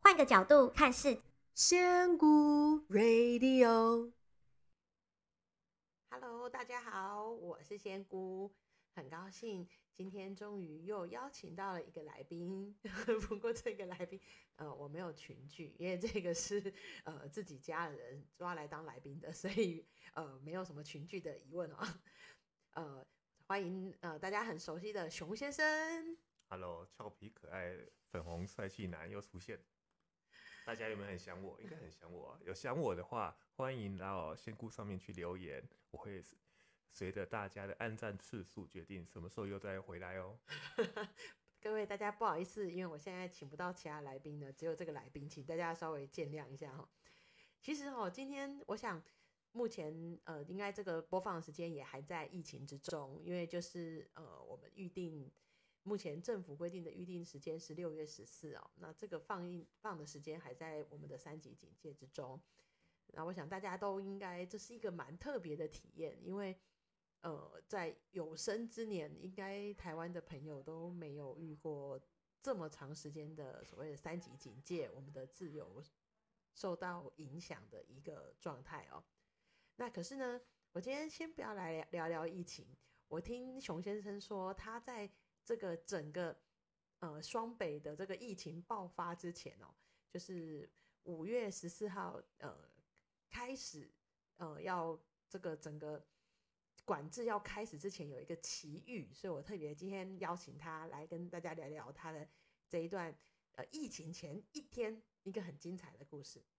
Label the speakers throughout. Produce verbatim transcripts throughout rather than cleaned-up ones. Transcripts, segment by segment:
Speaker 1: 换个角度看世。
Speaker 2: 仙姑 Radio。Hello， 大家好，我是仙姑，很高兴今天终于又邀请到了一个来宾。不过这个来宾，呃，我没有群聚，因为这个是呃自己家的人抓来当来宾的，所以呃没有什么群聚的疑问哦。呃，欢迎呃大家很熟悉的熊先生。
Speaker 3: Hello， 俏皮可爱粉红帅气男又出现。大家有没有很想我？应该很想我、啊。有想我的话，欢迎到仙姑上面去留言，我会随着大家的按赞次数决定什么时候又再回来哦。
Speaker 2: 各位大家不好意思，因为我现在请不到其他来宾了，只有这个来宾，请大家稍微见谅一下哈。其实哈，今天我想目前呃，应该这个播放的时间也还在疫情之中，因为就是呃，我们预定。目前政府规定的预定时间是六月十四哦，那这个放映放的时间还在我们的三级警戒之中。那我想大家都应该这是一个蛮特别的体验，因为呃，在有生之年，应该台湾的朋友都没有遇过这么长时间的所谓的三级警戒，我们的自由受到影响的一个状态哦。那可是呢，我今天先不要来聊聊疫情，我听熊先生说他在这个整个呃双北的这个疫情爆发之前哦，就是五月十四号呃开始呃要这个整个管制要开始之前有一个奇遇，所以我特别今天邀请他来跟大家聊聊他的这一段呃疫情前一天一个很精彩的故事。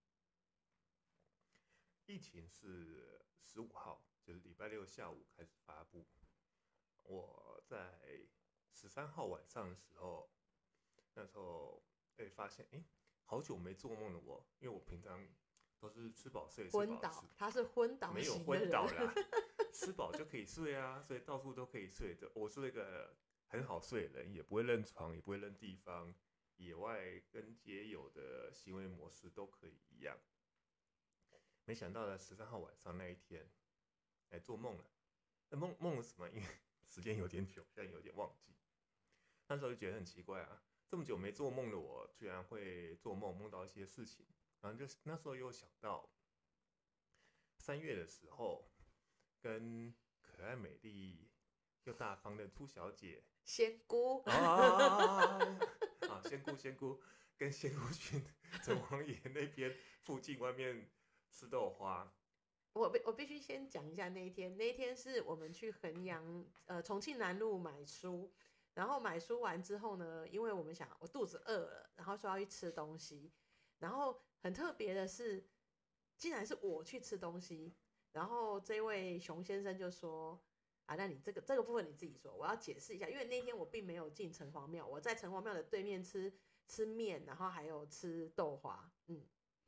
Speaker 3: 疫情是十五号，就是礼拜六下午开始发布。我在十三号晚上的时候，那时候哎、欸、发现哎、欸，好久没做梦的我，因为我平常都是吃饱睡，睡
Speaker 2: 昏倒，
Speaker 3: 饱吃，
Speaker 2: 他是昏倒
Speaker 3: 没有
Speaker 2: 型的人
Speaker 3: 昏倒啦，吃饱就可以睡啊，所以到处都可以睡的。我是一个很好睡的人，也不会认床，也不会认地方，野外跟街友的行为模式都可以一样。没想到在十三号晚上那一天，哎、欸，做梦了。那梦梦了什么？因为时间有点久，现在有点忘记。那时候就觉得很奇怪啊，这么久没做梦的我，居然会做梦梦到一些事情。然后就那时候又想到三月的时候，跟可爱美丽又大方的朱小姐
Speaker 2: 仙姑
Speaker 3: 啊啊，仙姑仙姑跟仙姑去城隍爷那边附近外面吃豆花。
Speaker 2: 我必我必须先讲一下那一天，那一天是我们去衡阳呃重庆南路买书，然后买书完之后呢，因为我们想我肚子饿了，然后说要去吃东西，然后很特别的是，竟然是我去吃东西，然后这位熊先生就说啊，那你这个这个部分你自己说，我要解释一下，因为那天我并没有进城隍庙，我在城隍庙的对面吃吃面，然后还有吃豆花，嗯。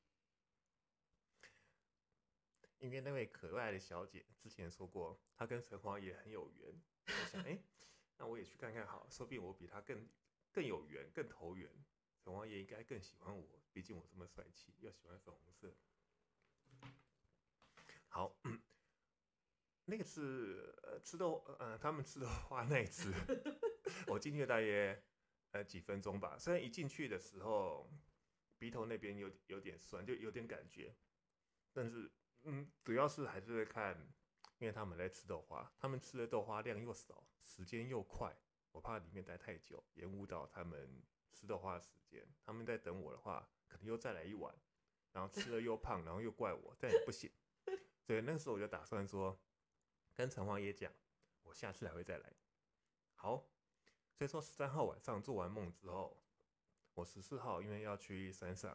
Speaker 3: 因为那位可爱的小姐之前说过，她跟城隍爷很有缘。我想，哎、欸，那我也去看看好了，说不定我比她更更有缘，更投缘。城隍爷应该更喜欢我，毕竟我这么帅气，又喜欢粉红色。好，嗯、那个是呃吃豆呃他们吃豆花那一次，我进去大约呃几分钟吧。虽然一进去的时候鼻头那边有有点酸，就有点感觉，但是。嗯，主要是还是会看，因为他们在吃豆花，他们吃的豆花量又少，时间又快，我怕里面待太久，延误到他们吃豆花的时间。他们在等我的话，可能又再来一碗，然后吃了又胖，然后又怪我，但也不行。所以那个时候我就打算说，跟城隍爷讲，我下次还会再来。好，所以说十三号晚上做完梦之后，我十四号因为要去山上。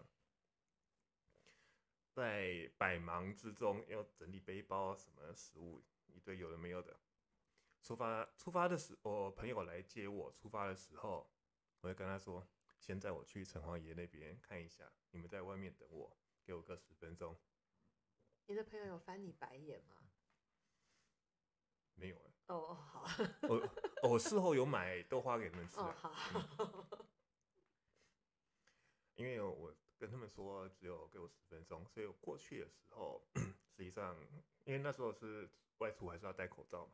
Speaker 3: 在百忙之中要整理背包，什么食物一堆有的没有的。出发出发的时，我朋友来接我。出发的时候，我会跟他说：“先载我去城隍爷那边看一下，你们在外面等我，给我个十分钟。”
Speaker 2: 你的朋友有翻你白眼吗？
Speaker 3: 没有哎、
Speaker 2: 欸。哦，好。
Speaker 3: 我我事后有买豆花给他们吃、啊。
Speaker 2: 哦，好。
Speaker 3: 嗯、因为我。跟他们说只有给我十分钟，所以我过去的时候，实际上因为那时候是外出还是要戴口罩嘛。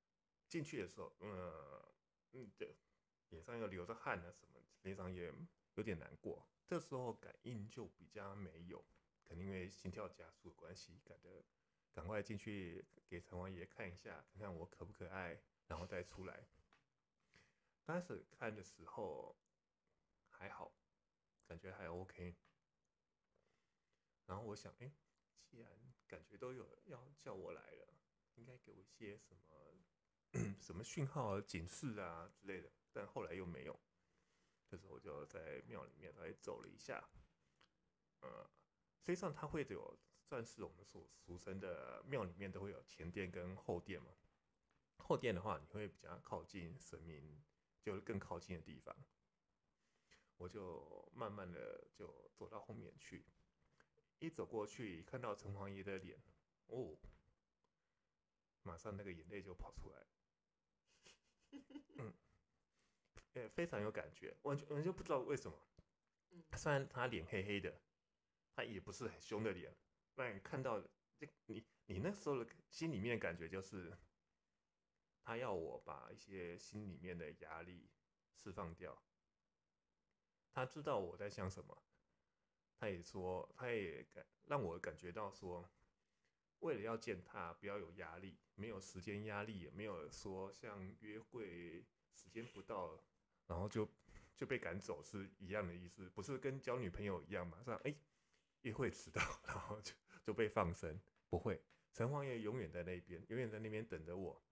Speaker 3: 进去的时候，呃，嗯，对，脸上又流着汗啊什么，实际上也有点难过。这时候感应就比较没有，可能因为心跳加速的关系，赶得赶快进去给城隍爷看一下，看看我可不可爱，然后再出来。刚开始看的时候还好，感觉还 OK。然后我想，哎，既然感觉都有要叫我来了，应该给我一些什么什么讯号啊、警示啊之类的。但后来又没有。这时候我就在庙里面来走了一下，呃，实际上它会有算是我们所俗称的庙里面都会有前殿跟后殿嘛。后殿的话，你会比较靠近神明，就更靠近的地方。我就慢慢的就走到后面去，一走过去看到城隍爷的脸，哦，马上那个眼泪就跑出来，嗯，欸、非常有感觉，完全完全不知道为什么。虽然他脸黑黑的，他也不是很凶的脸，但你看到这你你那时候的心里面的感觉就是，他要我把一些心里面的压力释放掉。他知道我在想什么，他也说，他也感让我感觉到说，为了要见他，不要有压力，没有时间压力，也没有说像约会时间不到，然后就就被赶走是一样的意思，不是跟交女朋友一样马上哎、欸、约会迟到，然后就就被放生，不会，城隍爷永远在那边，永远在那边等着我。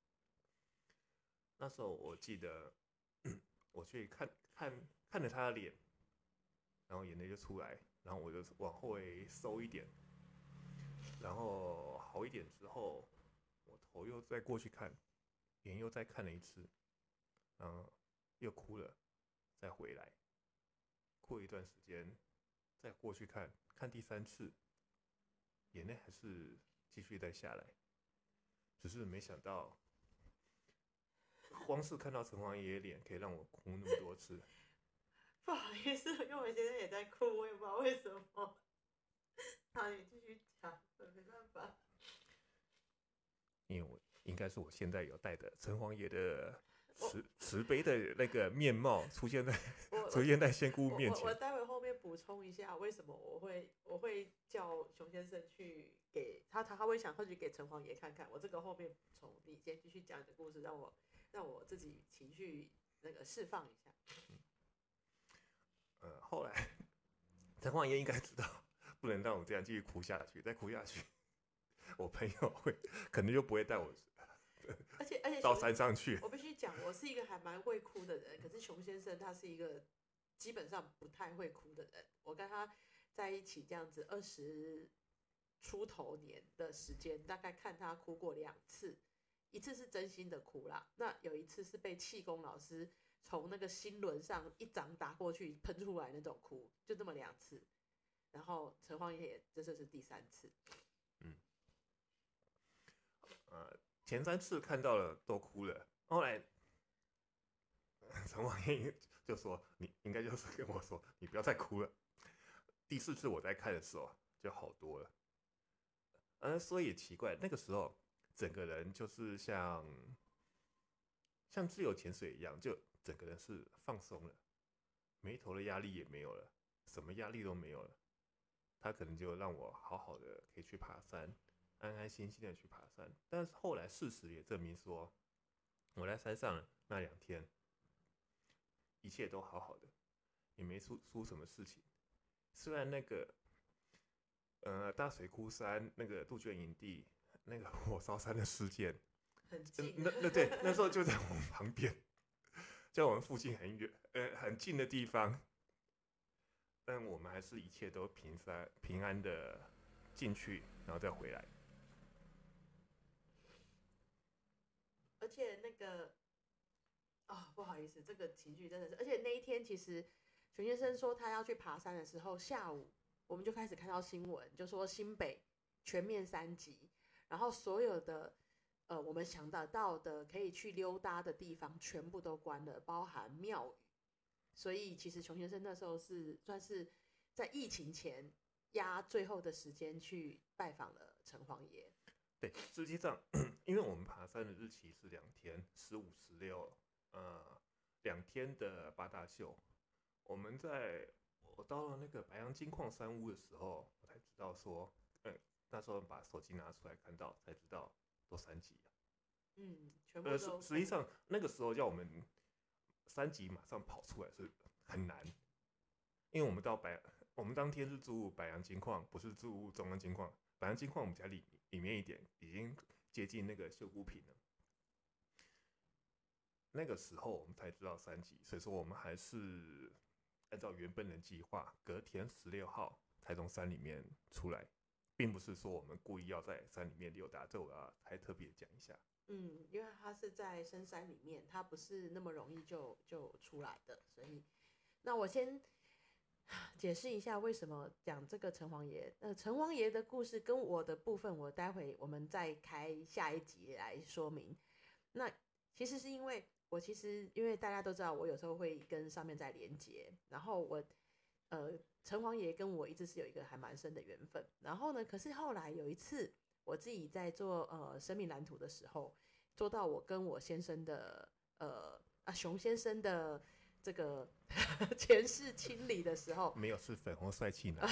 Speaker 3: 那时候我记得，我去看看看着他的脸，然后眼泪就出来，然后我就往后收一点，然后好一点之后，我头又再过去看，脸又再看了一次，然后又哭了，再回来，过一段时间再过去看，看第三次，眼泪还是继续再下来，只是没想到，光是看到城隍爷脸可以让我哭那么多次。
Speaker 2: 不好意思，因为我现在也在哭，我也不知道为什么。好，你继续讲，我没办法。
Speaker 3: 因为我应该是我现在有带的城隍爷的慈慈悲的那个面貌出现在出现在仙姑面前。
Speaker 2: 我我我待会后面补充一下，为什么我会我会叫熊先生去给他，他他会想会去给城隍爷看看。我这个后面补充，你先继续讲你的故事，让我让我自己情绪那个释放一下。
Speaker 3: 嗯，呃，后来城隍爷应该知道不能让我这样继续哭下去，再哭下去，我朋友会可能就不会带我，
Speaker 2: 而且而且
Speaker 3: 到山上去。
Speaker 2: 我必须讲，我是一个还蛮会哭的人，可是熊先生他是一个基本上不太会哭的人。我跟他在一起这样子二十出头年的时间，大概看他哭过两次，一次是真心的哭啦，那有一次是被气功老师从那个心轮上一掌打过去喷出来那种哭，就这么两次。然后城隍爷也这次是第三次。
Speaker 3: 嗯，呃，前三次看到了都哭了，后来城隍爷就说：“你应该就是跟我说，你不要再哭了。”第四次我在看的时候就好多了。呃，所以也奇怪，那个时候整个人就是像像自由潜水一样，就整个人是放松了，眉头的压力也没有了，什么压力都没有了。他可能就让我好好的可以去爬山，安安心心的去爬山。但是后来事实也证明说，我在山上那两天，一切都好好的，也没出出什么事情。虽然那个呃大水窟山那个杜鹃营地那个火烧山的事件，
Speaker 2: 很近，
Speaker 3: 那那对，那时候就在我们旁边，在我们附近很远呃很近的地方。但我们还是一切都平安平安的进去，然后再回来。
Speaker 2: 而且那个啊、哦，不好意思，这个情绪真的是，而且那一天其实熊先生说他要去爬山的时候，下午我们就开始看到新闻，就说新北全面三级，然后所有的呃我们想得到的可以去溜达的地方全部都关了，包含庙宇。所以其实熊先生那时候是算是在疫情前压最后的时间去拜访了城隍爷。
Speaker 3: 对，实际上因为我们爬山的日期是两天，十五、十六，呃，两天的八大秀， 我们在我到了那个白杨金矿山屋的时候，我才知道说，嗯，那时候把手机拿出来看到，才知道都三级了。
Speaker 2: 嗯，全部
Speaker 3: 呃，实
Speaker 2: 都
Speaker 3: 实际上那个时候要我们三级马上跑出来是很难，因为我们到白，我们当天是住白杨金矿，不是住中央金矿。白杨金矿我们家里里面一点，已经接近那个秀姑坪了。那个时候我们才知道三级，所以说我们还是按照原本的计划，隔天十六号才从山里面出来，并不是说我们故意要在山里面溜达，这我要还特别讲一下。
Speaker 2: 嗯，因为它是在深山里面，它不是那么容易就就出来的，所以那我先解释一下为什么讲这个城隍爷。呃，城隍爷的故事跟我的部分，我待会我们再开下一集来说明。那其实是因为我其实因为大家都知道，我有时候会跟上面在连接，然后我呃城隍爷跟我一直是有一个还蛮深的缘分。然后呢，可是后来有一次我自己在做呃生命蓝图的时候，做到我跟我先生的呃啊熊先生的这个前世清理的时候，
Speaker 3: 没有是粉红帅气男，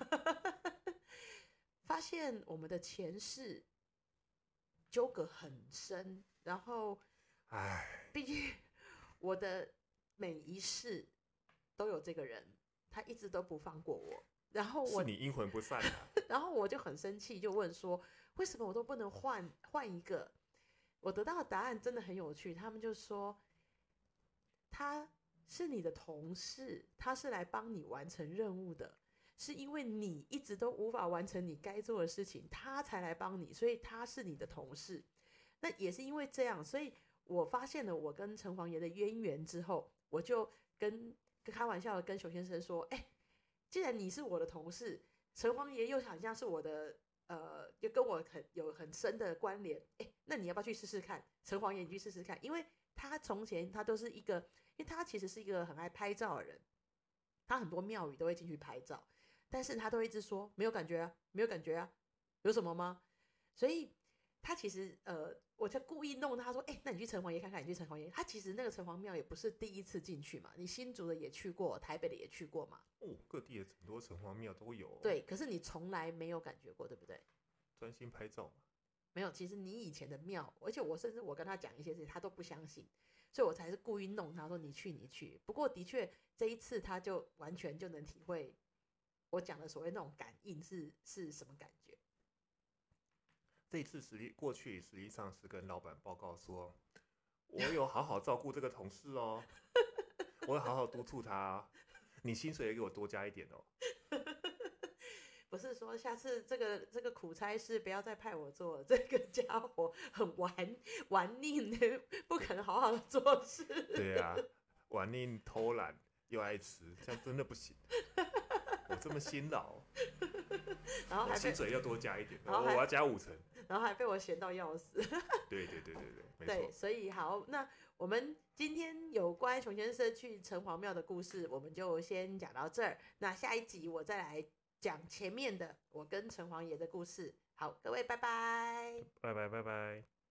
Speaker 2: 发现我们的前世纠葛很深，然后，
Speaker 3: 唉，
Speaker 2: 毕竟我的每一世都有这个人，他一直都不放过我，然后我，
Speaker 3: 是你阴魂不散啊。
Speaker 2: 然后我就很生气，就问说，为什么我都不能换换一个？我得到的答案真的很有趣，他们就说，他是你的同事，他是来帮你完成任务的。是因为你一直都无法完成你该做的事情，他才来帮你，所以他是你的同事。那也是因为这样，所以我发现了我跟城隍爷的渊源之后，我就跟开玩笑的跟熊先生说：“哎、欸，既然你是我的同事，城隍爷又好像是我的，呃，就跟我很有很深的关联。哎、欸，那你要不要去试试看？城隍爷，你去试试看，因为他从前他都是一个，因为他其实是一个很爱拍照的人，他很多庙宇都会进去拍照。”但是他都一直说没有感觉啊，没有感觉啊，有什么吗？所以他其实呃，我就故意弄他说，哎、欸，那你去城隍爷看看，你去城隍爷。他其实那个城隍庙也不是第一次进去嘛，你新竹的也去过，台北的也去过嘛。
Speaker 3: 哦，各地的很多城隍庙都有、哦。
Speaker 2: 对，可是你从来没有感觉过，对不对？
Speaker 3: 专心拍照嘛。
Speaker 2: 没有，其实你以前的庙，而且我甚至我跟他讲一些事情，他都不相信，所以我才是故意弄他说你去你去。不过的确这一次他就完全就能体会。我讲的所谓那种感应是是什么感觉？
Speaker 3: 这一次实际过去实际上是跟老板报告说，我有好好照顾这个同事哦，我有好好督促他、哦，你薪水也给我多加一点哦。
Speaker 2: 不是说下次这个这个苦差事不要再派我做，这个家伙很玩玩宁的，不肯好好的做事。
Speaker 3: 对啊，玩宁偷懒又爱吃，这样真的不行。我这么辛劳，
Speaker 2: 然后还
Speaker 3: 薪水要多加一点，
Speaker 2: 然后
Speaker 3: 我要加五成，
Speaker 2: 然后还被我嫌到要死。
Speaker 3: 对对对对对，没
Speaker 2: 对，
Speaker 3: 错。
Speaker 2: 所以好，那我们今天有关熊先生去城隍庙的故事，我们就先讲到这儿。那下一集我再来讲前面的我跟城隍爷的故事。好，各位拜拜，
Speaker 3: 拜拜拜拜。